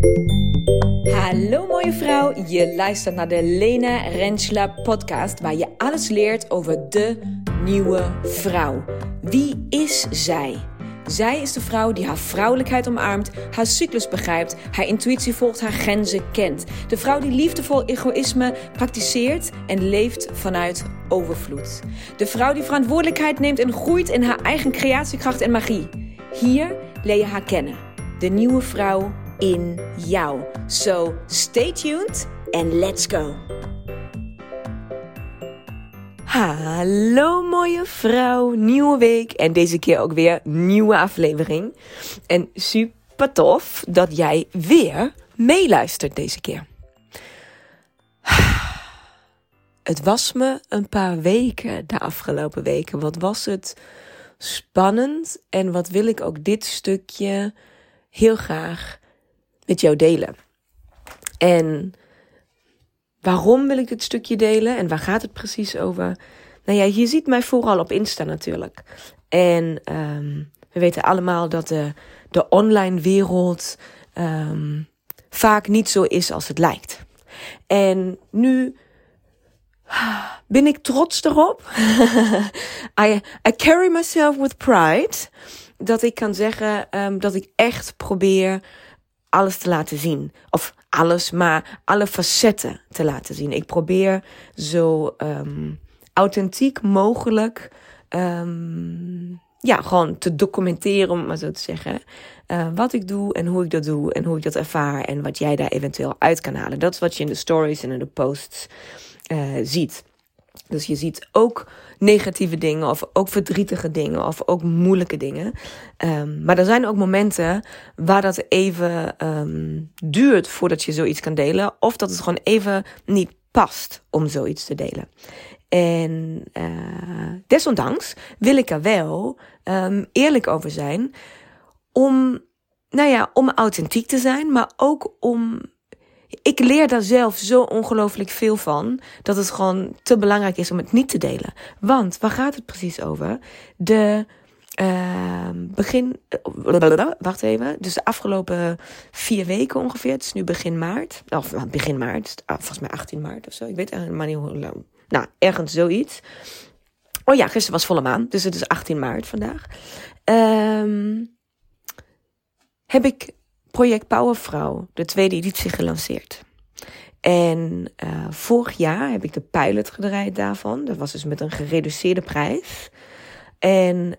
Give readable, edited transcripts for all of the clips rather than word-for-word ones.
Hallo mooie vrouw, je luistert naar de Lena Rentschler podcast waar je alles leert over de nieuwe vrouw. Wie is zij? Zij is de vrouw die haar vrouwelijkheid omarmt, haar cyclus begrijpt, haar intuïtie volgt, haar grenzen kent. De vrouw die liefdevol egoïsme praktiseert en leeft vanuit overvloed. De vrouw die verantwoordelijkheid neemt en groeit in haar eigen creatiekracht en magie. Hier leer je haar kennen. De nieuwe vrouw in jou. So stay tuned and let's go. Hallo mooie vrouw, nieuwe week en deze keer ook weer nieuwe aflevering. En super tof dat jij weer meeluistert deze keer. Het was me een paar weken, de afgelopen weken. Wat was het spannend en wat wil ik ook dit stukje heel graag met jou delen. En waarom wil ik dit stukje delen en waar gaat het precies over? Nou ja, je ziet mij vooral op Insta natuurlijk. En we weten allemaal dat de online wereld vaak niet zo is als het lijkt. En nu ben ik trots erop. I carry myself with pride. Dat ik kan zeggen dat ik echt probeer alles te laten zien. Of alles, maar alle facetten te laten zien. Ik probeer zo authentiek mogelijk gewoon te documenteren, om het maar zo te zeggen. Wat ik doe en hoe ik dat doe en hoe ik dat ervaar en wat jij daar eventueel uit kan halen. Dat is wat je in de stories en in de posts ziet. Dus je ziet ook negatieve dingen of ook verdrietige dingen of ook moeilijke dingen. Maar er zijn ook momenten waar dat even duurt voordat je zoiets kan delen. Of dat het gewoon even niet past om zoiets te delen. En desondanks wil ik er wel eerlijk over zijn om authentiek te zijn, maar ook om. Ik leer daar zelf zo ongelooflijk veel van, dat het gewoon te belangrijk is om het niet te delen. Want, waar gaat het precies over? Dus de afgelopen 4 weken ongeveer, het is nu begin maart, volgens mij 18 maart of zo, ik weet eigenlijk maar niet hoe lang. Nou, ergens zoiets. Oh ja, gisteren was volle maan, dus het is 18 maart vandaag. Heb ik Project Powervrouw, de 2e editie, gelanceerd. En vorig jaar heb ik de pilot gedraaid daarvan. Dat was dus met een gereduceerde prijs. En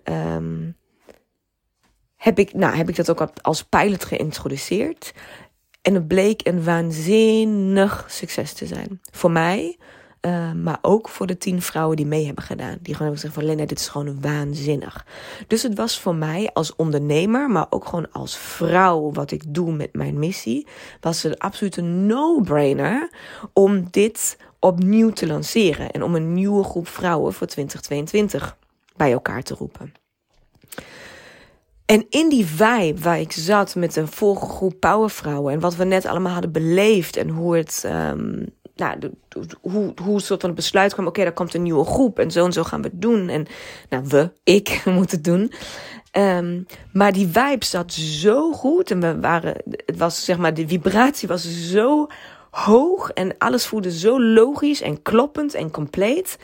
heb ik dat ook als pilot geïntroduceerd. En het bleek een waanzinnig succes te zijn. Voor mij, maar ook voor de 10 vrouwen die mee hebben gedaan. Die gewoon hebben gezegd van Lena, dit is gewoon waanzinnig. Dus het was voor mij als ondernemer, maar ook gewoon als vrouw, wat ik doe met mijn missie, was het absoluut een no-brainer om dit opnieuw te lanceren. En om een nieuwe groep vrouwen voor 2022 bij elkaar te roepen. En in die vibe waar ik zat met een vorige groep powervrouwen en wat we net allemaal hadden beleefd en hoe het hoe soort van het besluit kwam, oké, daar komt een nieuwe groep en zo gaan we het doen. En ik moet het doen. Maar die vibe zat zo goed en het was zeg maar, de vibratie was zo hoog en alles voelde zo logisch en kloppend en compleet,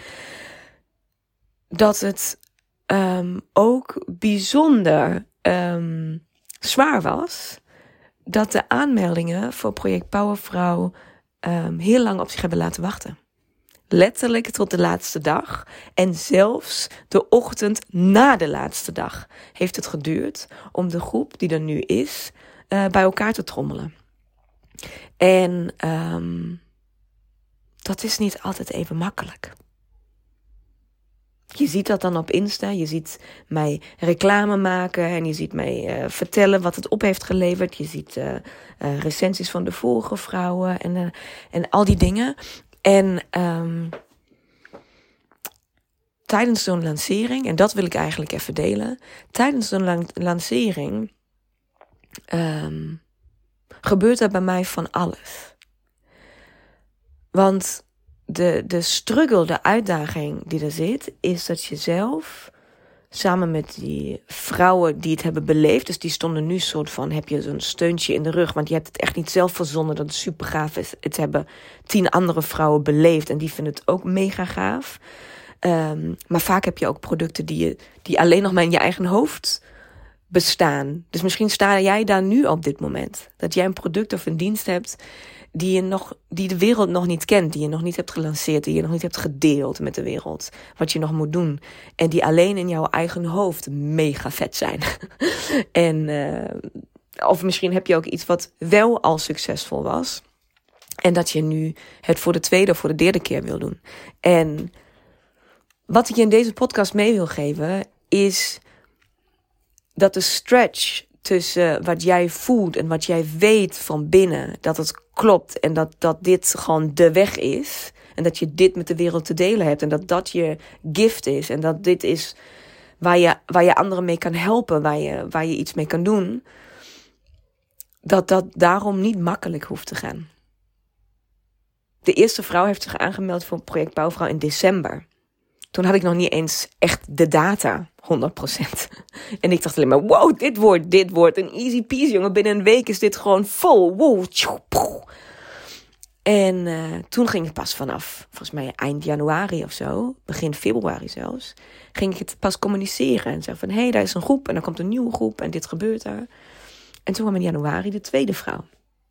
dat het ook bijzonder zwaar was dat de aanmeldingen voor Project Powervrouw heel lang op zich hebben laten wachten. Letterlijk tot de laatste dag. En zelfs de ochtend na de laatste dag heeft het geduurd om de groep die er nu is bij elkaar te trommelen. En dat is niet altijd even makkelijk. Je ziet dat dan op Insta. Je ziet mij reclame maken. En je ziet mij vertellen wat het op heeft geleverd. Je ziet recensies van de vorige vrouwen. En al die dingen. En tijdens zo'n lancering. En dat wil ik eigenlijk even delen. Tijdens zo'n lancering gebeurt er bij mij van alles. Want de struggle, de uitdaging die er zit, is dat je zelf samen met die vrouwen die het hebben beleefd. Dus die stonden nu soort van, heb je zo'n steuntje in de rug. Want je hebt het echt niet zelf verzonnen dat het super gaaf is. Het hebben 10 andere vrouwen beleefd en die vinden het ook mega gaaf. Maar vaak heb je ook producten die alleen nog maar in je eigen hoofd bestaan. Dus misschien sta jij daar nu op dit moment. Dat jij een product of een dienst hebt die de wereld nog niet kent, die je nog niet hebt gelanceerd, die je nog niet hebt gedeeld met de wereld, wat je nog moet doen. En die alleen in jouw eigen hoofd mega vet zijn. Of misschien heb je ook iets wat wel al succesvol was. En dat je nu het voor de tweede of voor de 3e keer wil doen. En wat ik je in deze podcast mee wil geven is dat de stretch tussen wat jij voelt en wat jij weet van binnen, dat het klopt en dat dit gewoon de weg is. En dat je dit met de wereld te delen hebt en dat dat je gift is. En dat dit is waar je anderen mee kan helpen, waar je iets mee kan doen. Dat daarom niet makkelijk hoeft te gaan. De eerste vrouw heeft zich aangemeld voor Project Bouwvrouw in december. Toen had ik nog niet eens echt de data, 100%. En ik dacht alleen maar, wow, dit wordt een easy peasy, jongen. Binnen een week is dit gewoon vol. Wow. En toen ging het pas vanaf, volgens mij eind januari of zo, begin februari zelfs, ging ik het pas communiceren. En zeggen van, hé, daar is een groep en dan komt een nieuwe groep en dit gebeurt daar. En toen kwam in januari de tweede vrouw.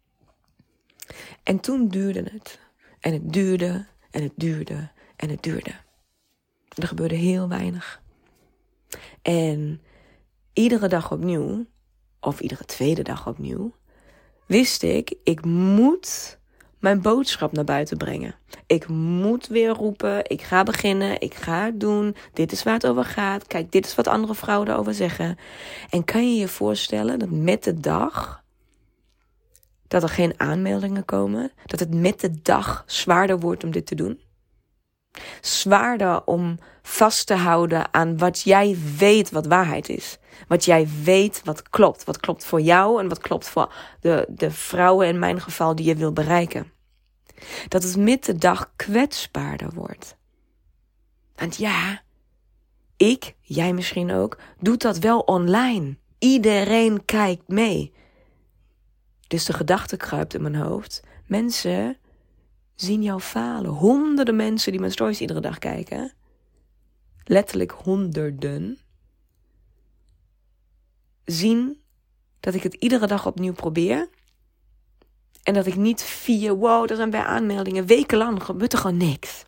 En toen duurde het. En het duurde en het duurde en het duurde. Er gebeurde heel weinig. En iedere dag opnieuw, of iedere tweede dag opnieuw, wist ik moet mijn boodschap naar buiten brengen. Ik moet weer roepen, ik ga beginnen, ik ga het doen. Dit is waar het over gaat. Kijk, dit is wat andere vrouwen erover zeggen. En kan je je voorstellen dat met de dag, dat er geen aanmeldingen komen, dat het met de dag zwaarder wordt om dit te doen? Zwaarder om vast te houden aan wat jij weet wat waarheid is. Wat jij weet wat klopt. Wat klopt voor jou en wat klopt voor de vrouwen in mijn geval die je wil bereiken. Dat het met de dag kwetsbaarder wordt. Want ja, jij misschien ook, doet dat wel online. Iedereen kijkt mee. Dus de gedachte kruipt in mijn hoofd. Mensen zien jou falen. Honderden mensen die mijn stories iedere dag kijken. Letterlijk honderden. Zien dat ik het iedere dag opnieuw probeer. En dat ik niet via, wow, er zijn weer aanmeldingen. Wekenlang gebeurt er gewoon niks.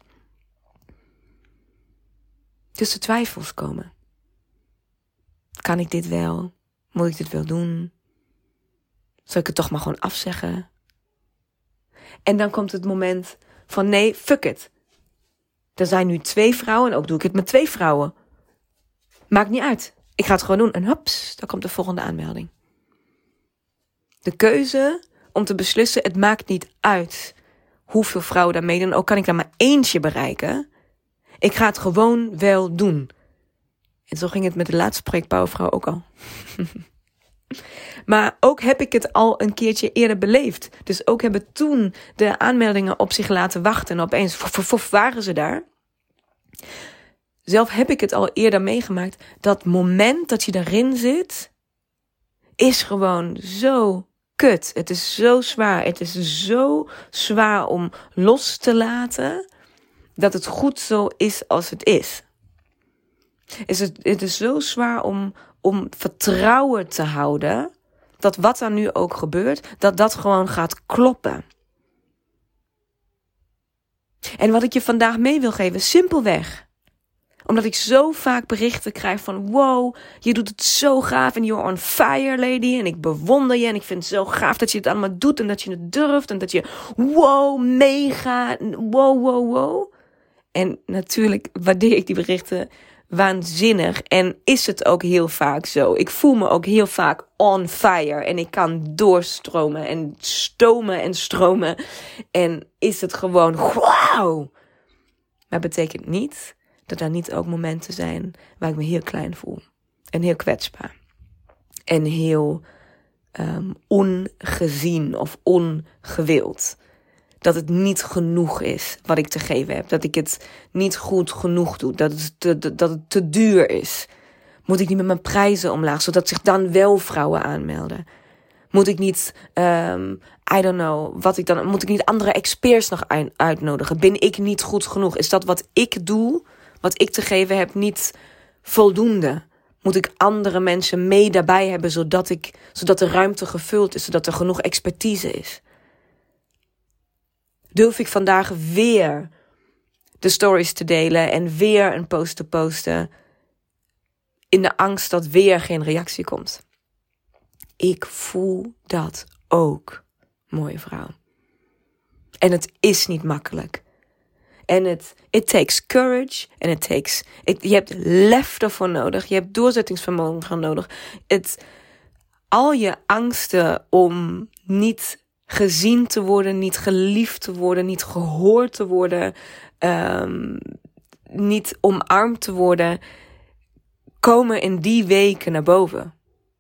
Dus de twijfels komen. Kan ik dit wel? Moet ik dit wel doen? Zal ik het toch maar gewoon afzeggen? En dan komt het moment van nee, fuck it. Er zijn nu 2 vrouwen en ook doe ik het met 2 vrouwen. Maakt niet uit. Ik ga het gewoon doen. En hops, dan komt de volgende aanmelding. De keuze om te beslissen, het maakt niet uit hoeveel vrouwen daar meedoen. Ook kan ik daar maar eentje bereiken. Ik ga het gewoon wel doen. En zo ging het met de laatste Project Bouwvrouw ook al. Maar ook heb ik het al een keertje eerder beleefd. Dus ook hebben toen de aanmeldingen op zich laten wachten. En opeens waren ze daar. Zelf heb ik het al eerder meegemaakt. Dat moment dat je erin zit, is gewoon zo kut. Het is zo zwaar. Het is zo zwaar om los te laten dat het goed zo is als het is. Het is zo zwaar om vertrouwen te houden dat wat er nu ook gebeurt, dat gewoon gaat kloppen. En wat ik je vandaag mee wil geven, simpelweg. Omdat ik zo vaak berichten krijg van, wow, je doet het zo gaaf en you're on fire, lady. En ik bewonder je en ik vind het zo gaaf dat je het allemaal doet en dat je het durft. En dat je, wow, mega, wow. En natuurlijk waardeer ik die berichten waanzinnig. En is het ook heel vaak zo. Ik voel me ook heel vaak on fire. En ik kan doorstromen en stomen en stromen. En is het gewoon wauw. Maar betekent niet dat er niet ook momenten zijn waar ik me heel klein voel. En heel kwetsbaar. En heel ongezien of ongewild. Dat het niet genoeg is wat ik te geven heb. Dat ik het niet goed genoeg doe. Dat het te duur is. Moet ik niet met mijn prijzen omlaag, zodat zich dan wel vrouwen aanmelden? Moet ik niet, I don't know, moet ik niet andere experts nog uitnodigen? Ben ik niet goed genoeg? Is dat wat ik doe, wat ik te geven heb, niet voldoende? Moet ik andere mensen mee daarbij hebben, zodat de ruimte gevuld is, zodat er genoeg expertise is? Durf ik vandaag weer de stories te delen en weer een post te posten, in de angst dat weer geen reactie komt? Ik voel dat ook, mooie vrouw. En het is niet makkelijk. En it takes courage. En je hebt lef ervoor nodig. Je hebt doorzettingsvermogen nodig. Al je angsten om niet gezien te worden, niet geliefd te worden, niet gehoord te worden, niet omarmd te worden, komen in die weken naar boven.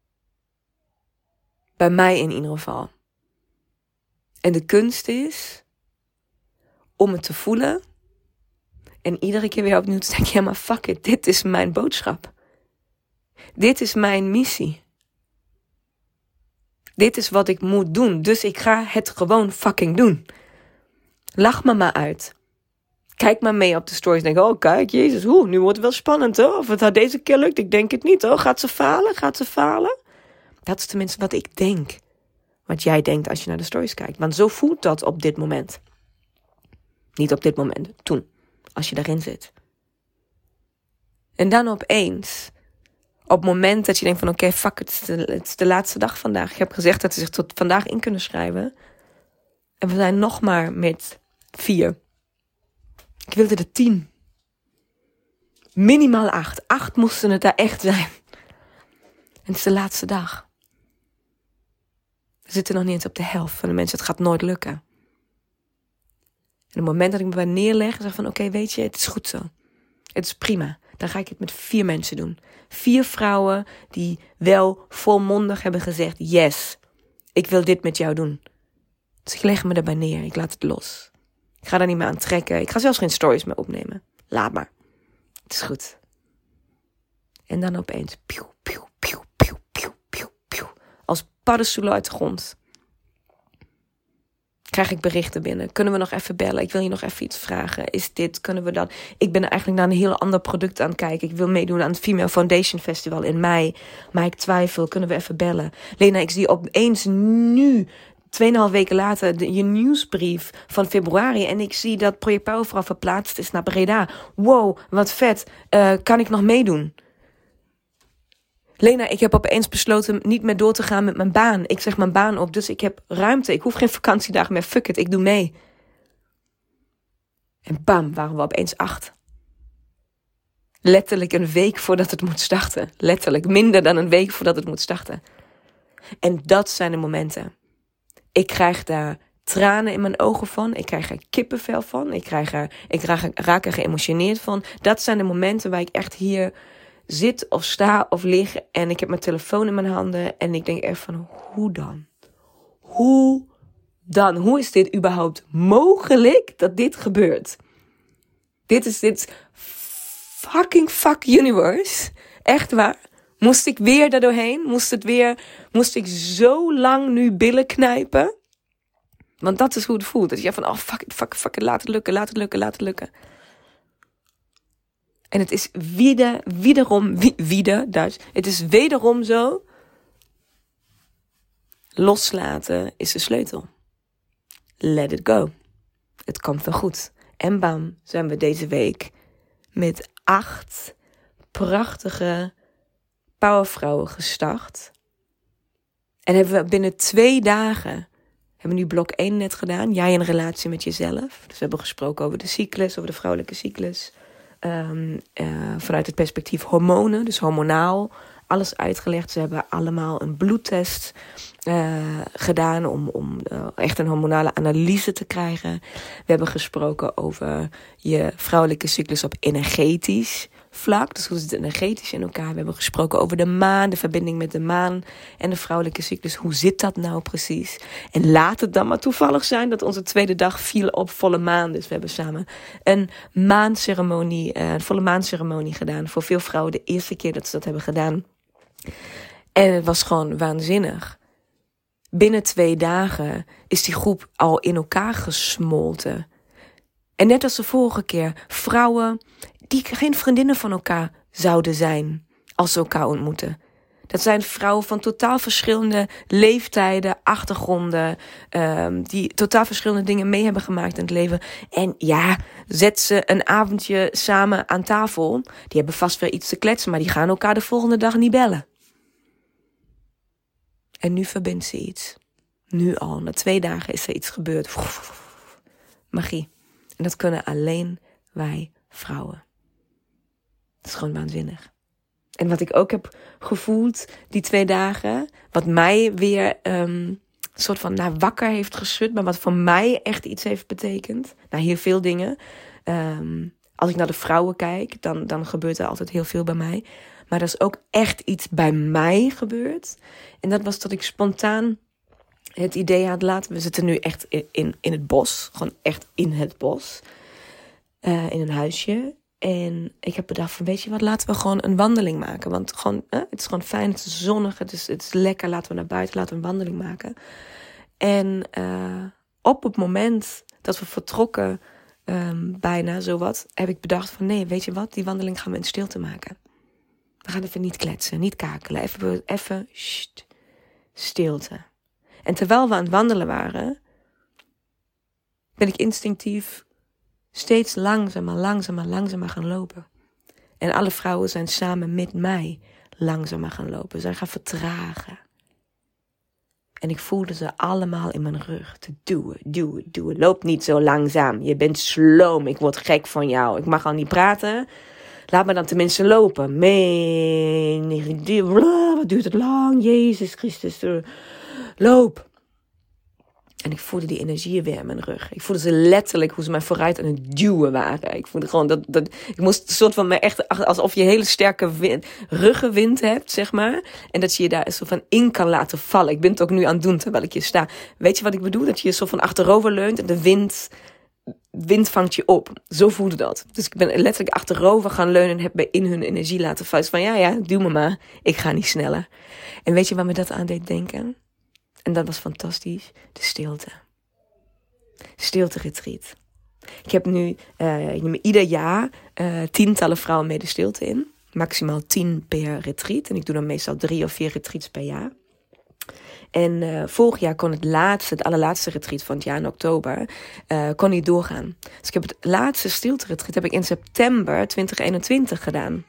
Bij mij in ieder geval. En de kunst is om het te voelen en iedere keer weer opnieuw te denken, ja maar fuck it, dit is mijn boodschap. Dit is mijn missie. Dit is wat ik moet doen, dus ik ga het gewoon fucking doen. Lach me maar uit. Kijk maar mee op de stories. Denk, oh kijk, jezus, nu wordt het wel spannend hoor. Of het haar deze keer lukt, ik denk het niet hoor. Gaat ze falen? Dat is tenminste wat ik denk. Wat jij denkt als je naar de stories kijkt. Want zo voelt dat op dit moment. Niet op dit moment, toen. Als je daarin zit. En dan opeens, op het moment dat je denkt van oké, fuck, het is de laatste dag vandaag. Ik heb gezegd dat ze zich tot vandaag in kunnen schrijven. En we zijn nog maar met 4. Ik wilde er 10. Minimaal 8. 8 moesten het daar echt zijn. En het is de laatste dag. We zitten nog niet eens op de helft van de mensen. Het gaat nooit lukken. En op het moment dat ik me bij neerleg en zeg van oké, weet je, het is goed zo. Het is prima. Dan ga ik het met 4 mensen doen. 4 vrouwen die wel volmondig hebben gezegd, yes, ik wil dit met jou doen. Dus ik leg me erbij neer. Ik laat het los. Ik ga daar niet meer aan trekken. Ik ga zelfs geen stories meer opnemen. Laat maar. Het is goed. En dan opeens, pieuw, pieuw, pieuw, pieuw, pieuw, pieuw, pieuw. Als paddenstoelen uit de grond. Krijg ik berichten binnen. Kunnen we nog even bellen? Ik wil je nog even iets vragen. Is dit, kunnen we dat? Ik ben eigenlijk naar een heel ander product aan het kijken. Ik wil meedoen aan het Female Foundation Festival in mei. Maar ik twijfel. Kunnen we even bellen? Lena, ik zie opeens nu, 2,5 weken later, je nieuwsbrief van februari. En ik zie dat Project Powervrouw verplaatst is naar Breda. Wow, wat vet. Kan ik nog meedoen? Lena, ik heb opeens besloten niet meer door te gaan met mijn baan. Ik zeg mijn baan op, dus ik heb ruimte. Ik hoef geen vakantiedagen meer. Fuck it, ik doe mee. En bam, waren we opeens 8. Letterlijk een week voordat het moet starten. Letterlijk, minder dan een week voordat het moet starten. En dat zijn de momenten. Ik krijg daar tranen in mijn ogen van. Ik krijg er kippenvel van. Ik raak er geëmotioneerd van. Dat zijn de momenten waar ik echt hier zit of sta of lig. En ik heb mijn telefoon in mijn handen. En ik denk echt van, hoe dan? Hoe dan? Hoe is dit überhaupt mogelijk dat dit gebeurt? Dit is dit fucking fuck universe. Echt waar. Moest ik weer daardoorheen? Moest ik zo lang nu billen knijpen? Want dat is hoe het voelt. Dat je van, oh fuck it, laat het lukken. En het is het is wederom zo. Loslaten is de sleutel. Let it go. Het komt wel goed. En bam, zijn we deze week met 8 prachtige powervrouwen gestart. En hebben we binnen 2 dagen, hebben we nu blok 1 net gedaan. Jij in een relatie met jezelf. Dus we hebben gesproken over de cyclus, over de vrouwelijke cyclus. Vanuit het perspectief hormonen, dus hormonaal. Alles uitgelegd. Ze hebben allemaal een bloedtest gedaan om echt een hormonale analyse te krijgen. We hebben gesproken over je vrouwelijke cyclus op energetisch vlak. Dus hoe zit het energetisch in elkaar? We hebben gesproken over de maan, de verbinding met de maan en de vrouwelijke cyclus. Hoe zit dat nou precies? En laat het dan maar toevallig zijn dat onze tweede dag viel op volle maan. Dus we hebben samen een maanceremonie, een volle maanceremonie gedaan. Voor veel vrouwen de eerste keer dat ze dat hebben gedaan. En het was gewoon waanzinnig. Binnen 2 dagen is die groep al in elkaar gesmolten. En net als de vorige keer, vrouwen die geen vriendinnen van elkaar zouden zijn als ze elkaar ontmoeten. Dat zijn vrouwen van totaal verschillende leeftijden, achtergronden, die totaal verschillende dingen mee hebben gemaakt in het leven. En ja, zet ze een avondje samen aan tafel. Die hebben vast weer iets te kletsen, maar die gaan elkaar de volgende dag niet bellen. En nu verbindt ze iets. Nu al, na 2 dagen is er iets gebeurd. Magie. En dat kunnen alleen wij vrouwen. Dat is gewoon waanzinnig. En wat ik ook heb gevoeld die 2 dagen, wat mij weer soort van wakker heeft geschud, maar wat voor mij echt iets heeft betekend. Heel veel dingen. Als ik naar de vrouwen kijk, dan gebeurt er altijd heel veel bij mij. Maar er is ook echt iets bij mij gebeurd. En dat was dat ik spontaan het idee had laten. We zitten nu echt in het bos. Gewoon echt in het bos. In een huisje. En ik heb bedacht van, weet je wat, laten we gewoon een wandeling maken. Want gewoon, het is gewoon fijn, het is zonnig, het is lekker. Laten we naar buiten, laten we een wandeling maken. En op het moment dat we vertrokken, bijna zowat, heb ik bedacht van, nee, weet je wat, die wandeling gaan we in stilte maken. We gaan even niet kletsen, niet kakelen. Even stilte. En terwijl we aan het wandelen waren, ben ik instinctief steeds langzamer gaan lopen. En alle vrouwen zijn samen met mij langzamer gaan lopen. Ze zijn gaan vertragen. En ik voelde ze allemaal in mijn rug te duwen. Loop niet zo langzaam. Je bent sloom. Ik word gek van jou. Ik mag al niet praten. Laat me dan tenminste lopen. Wat duurt het lang? Jezus Christus. Loop. En ik voelde die energieën weer in mijn rug. Ik voelde ze letterlijk hoe ze mij vooruit aan het duwen waren. Ik voelde gewoon dat ik moest een soort van me echt, alsof je hele sterke ruggenwind hebt, zeg maar. En dat je je daar een soort van in kan laten vallen. Ik ben het ook nu aan het doen terwijl ik hier sta. Weet je wat ik bedoel? Dat je een soort van achterover leunt en de wind vangt je op. Zo voelde dat. Dus ik ben letterlijk achterover gaan leunen en heb me in hun energie laten vallen. Van ja, doe me maar. Ik ga niet sneller. En weet je wat me dat aan deed denken? En dat was fantastisch. De stilte. Stilte-retreat. Ik heb nu ieder jaar 10-tallen vrouwen mee de stilte in. Maximaal 10 per retreat. En ik doe dan meestal 3 of 4 retreats per jaar. En vorig jaar kon het allerlaatste retreat van het jaar in oktober, kon niet doorgaan. Dus ik heb het laatste stilte-retreat heb ik in september 2021 gedaan.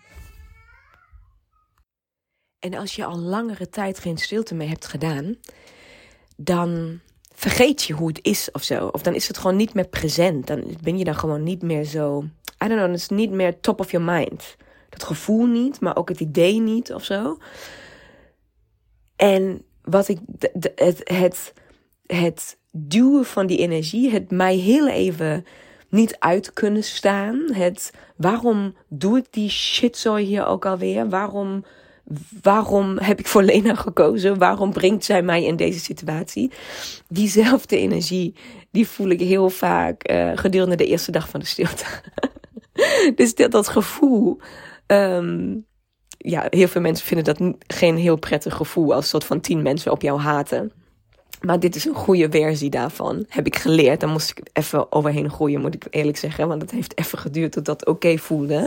En als je al langere tijd geen stilte meer hebt gedaan, dan vergeet je hoe het is of zo. Of dan is het gewoon niet meer present. Dan ben je dan gewoon niet meer zo, I don't know, het is niet meer top of your mind. Dat gevoel niet, maar ook het idee niet of zo. En wat ik, het duwen van die energie, het mij heel even niet uit kunnen staan. Waarom doe ik die shitzooi hier ook alweer? Waarom heb ik voor Lena gekozen? Waarom brengt zij mij in deze situatie? Diezelfde energie, die voel ik heel vaak gedurende de eerste dag van de stilte. Dus dat gevoel, heel veel mensen vinden dat geen heel prettig gevoel als soort van 10 mensen op jou haten. Maar dit is een goede versie daarvan, heb ik geleerd. Daar moest ik even overheen groeien, moet ik eerlijk zeggen. Want het heeft even geduurd tot dat oké voelde.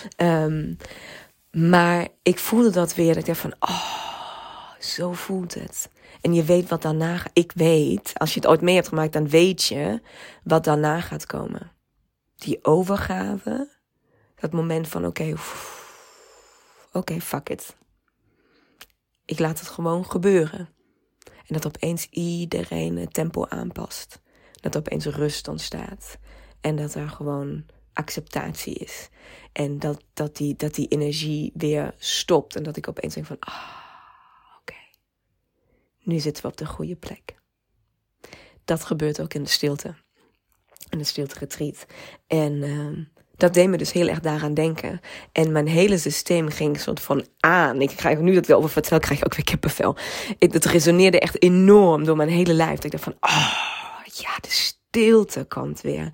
Maar ik voelde dat weer. Dat ik dacht van, zo voelt het. En je weet wat daarna gaat. Ik weet, als je het ooit mee hebt gemaakt, dan weet je wat daarna gaat komen. Die overgave. Dat moment van, oké, fuck it. Ik laat het gewoon gebeuren. En dat opeens iedereen het tempo aanpast. Dat er opeens rust ontstaat. En dat er gewoon acceptatie is. En dat die energie weer stopt. En dat ik opeens denk van, oké. Nu zitten we op de goede plek. Dat gebeurt ook in de stilte. In de stilte retreat. En Dat deed me dus heel erg daaraan denken. En mijn hele systeem ging soort van aan. Ik krijg nu dat ik weer over vertel, krijg ik ook weer kippenvel. Het resoneerde echt enorm door mijn hele lijf. Dat ik dacht van, de stilte komt weer.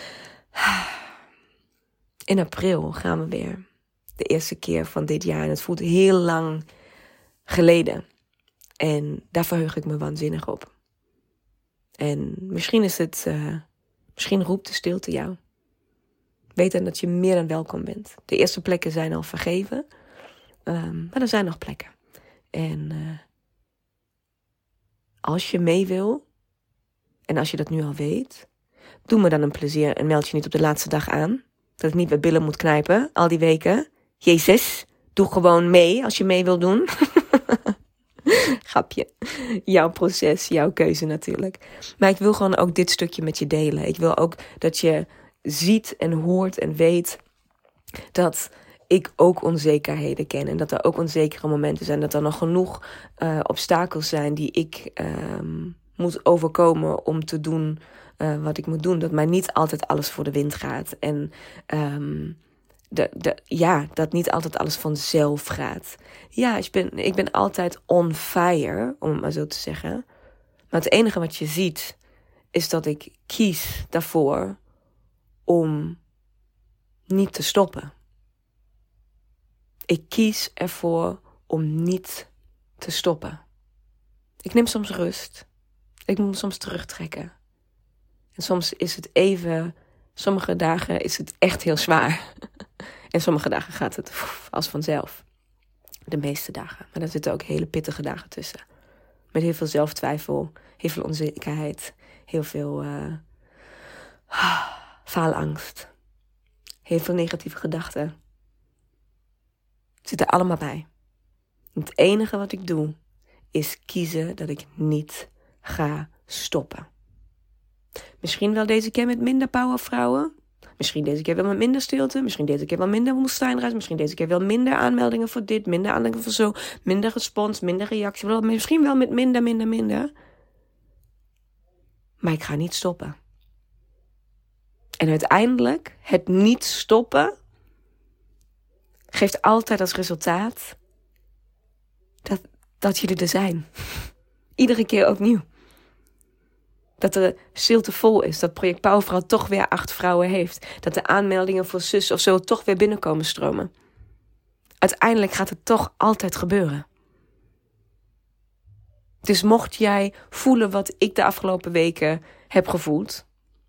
In april gaan we weer. De eerste keer van dit jaar. En het voelt heel lang geleden. En daar verheug ik me waanzinnig op. En misschien misschien roept de stilte jou. Weet dan dat je meer dan welkom bent. De eerste plekken zijn al vergeven. Maar er zijn nog plekken. En als je mee wil. En als je dat nu al weet. Doe me dan een plezier en meld je niet op de laatste dag aan. Dat ik niet weer billen moet knijpen. Al die weken. Jezus. Doe gewoon mee als je mee wil doen. Grapje. Jouw proces, jouw keuze natuurlijk. Maar ik wil gewoon ook dit stukje met je delen. Ik wil ook dat je ziet en hoort en weet dat ik ook onzekerheden ken. En dat er ook onzekere momenten zijn. Dat er nog genoeg obstakels zijn die ik moet overkomen om te doen wat ik moet doen. Dat mij niet altijd alles voor de wind gaat. En dat niet altijd alles vanzelf gaat. Ja, ik ben altijd on fire, om het maar zo te zeggen. Maar het enige wat je ziet is dat ik kies daarvoor om niet te stoppen. Ik kies ervoor om niet te stoppen. Ik neem soms rust. Ik moet me soms terugtrekken. En soms is het sommige dagen is het echt heel zwaar. En sommige dagen gaat het als vanzelf. De meeste dagen. Maar er zitten ook hele pittige dagen tussen. Met heel veel zelftwijfel, heel veel onzekerheid, heel veel faalangst. Heel veel negatieve gedachten. Het zit er allemaal bij. Het enige wat ik doe, is kiezen dat ik niet ga stoppen. Misschien wel deze keer met minder powervrouwen. Misschien deze keer wel met minder stilte. Misschien deze keer wel minder woestijnreis. Misschien deze keer wel minder aanmeldingen voor dit. Minder aanmeldingen voor zo. Minder respons. Minder reactie. Misschien wel met minder. Maar ik ga niet stoppen. En uiteindelijk, het niet stoppen geeft altijd als resultaat dat jullie er zijn. Iedere keer opnieuw. Dat de stilte vol is. Dat Project Powervrouw toch weer 8 vrouwen heeft. Dat de aanmeldingen voor zus of zo toch weer binnenkomen stromen. Uiteindelijk gaat het toch altijd gebeuren. Dus mocht jij voelen wat ik de afgelopen weken heb gevoeld.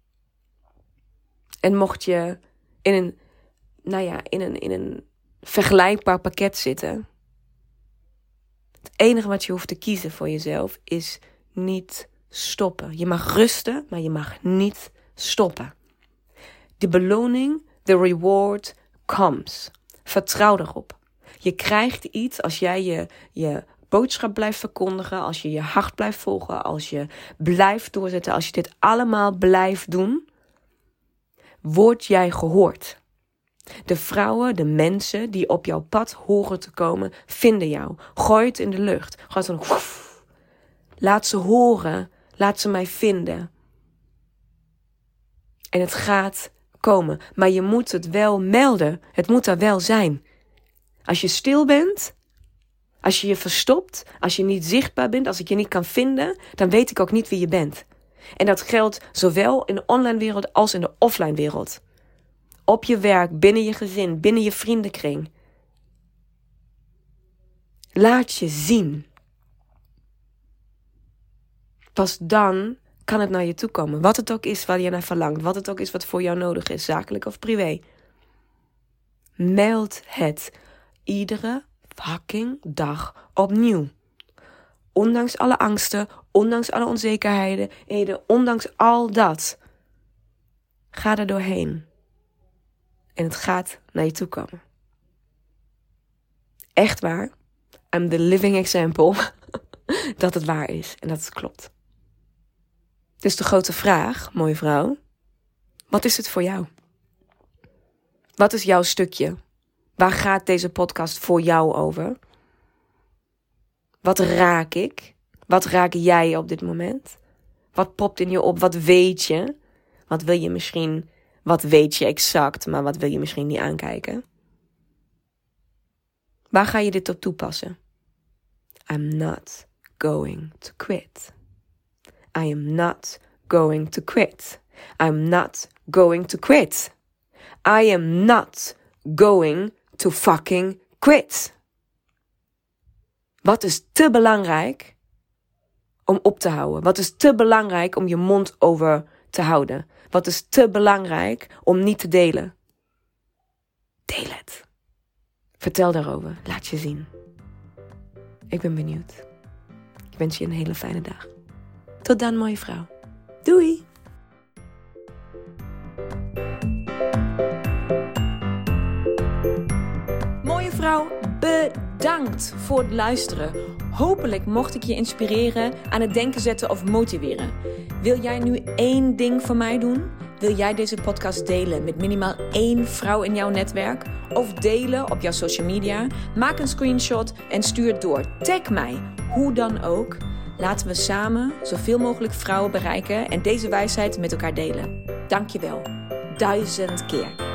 En mocht je in een vergelijkbaar pakket zitten. Het enige wat je hoeft te kiezen voor jezelf is niet stoppen. Je mag rusten, maar je mag niet stoppen. De beloning, de reward comes. Vertrouw erop. Je krijgt iets als jij je boodschap blijft verkondigen, als je je hart blijft volgen, als je blijft doorzetten, als je dit allemaal blijft doen, word jij gehoord. De vrouwen, de mensen die op jouw pad horen te komen, vinden jou. Gooi het in de lucht. Gooi het dan, laat ze horen. Laat ze mij vinden. En het gaat komen. Maar je moet het wel melden. Het moet er wel zijn. Als je stil bent. Als je je verstopt. Als je niet zichtbaar bent. Als ik je niet kan vinden. Dan weet ik ook niet wie je bent. En dat geldt zowel in de online wereld als in de offline wereld. Op je werk, binnen je gezin, binnen je vriendenkring. Laat je zien. Pas dan kan het naar je toe komen. Wat het ook is waar je naar verlangt. Wat het ook is wat voor jou nodig is. Zakelijk of privé. Meld het. Iedere fucking dag opnieuw. Ondanks alle angsten. Ondanks alle onzekerheden. Ondanks al dat. Ga er doorheen. En het gaat naar je toe komen. Echt waar. I'm the living example. Dat het waar is. En dat het klopt. Dus de grote vraag, mooie vrouw. Wat is het voor jou? Wat is jouw stukje? Waar gaat deze podcast voor jou over? Wat raak ik? Wat raak jij op dit moment? Wat popt in je op? Wat weet je? Wat wil je misschien Wat weet je exact, maar wat wil je misschien niet aankijken? Waar ga je dit op toepassen? I'm not going to quit. I am not going to quit. I'm not going to quit. I am not going to fucking quit. Wat is te belangrijk om op te houden? Wat is te belangrijk om je mond over te houden? Wat is te belangrijk om niet te delen? Deel het. Vertel daarover. Laat je zien. Ik ben benieuwd. Ik wens je een hele fijne dag. Tot dan, mooie vrouw. Doei! Mooie vrouw, bedankt voor het luisteren. Hopelijk mocht ik je inspireren, aan het denken zetten of motiveren. Wil jij nu 1 ding voor mij doen? Wil jij deze podcast delen met minimaal 1 vrouw in jouw netwerk? Of delen op jouw social media? Maak een screenshot en stuur het door. Tag mij, hoe dan ook. Laten we samen zoveel mogelijk vrouwen bereiken en deze wijsheid met elkaar delen. Dankjewel. 1000 keer.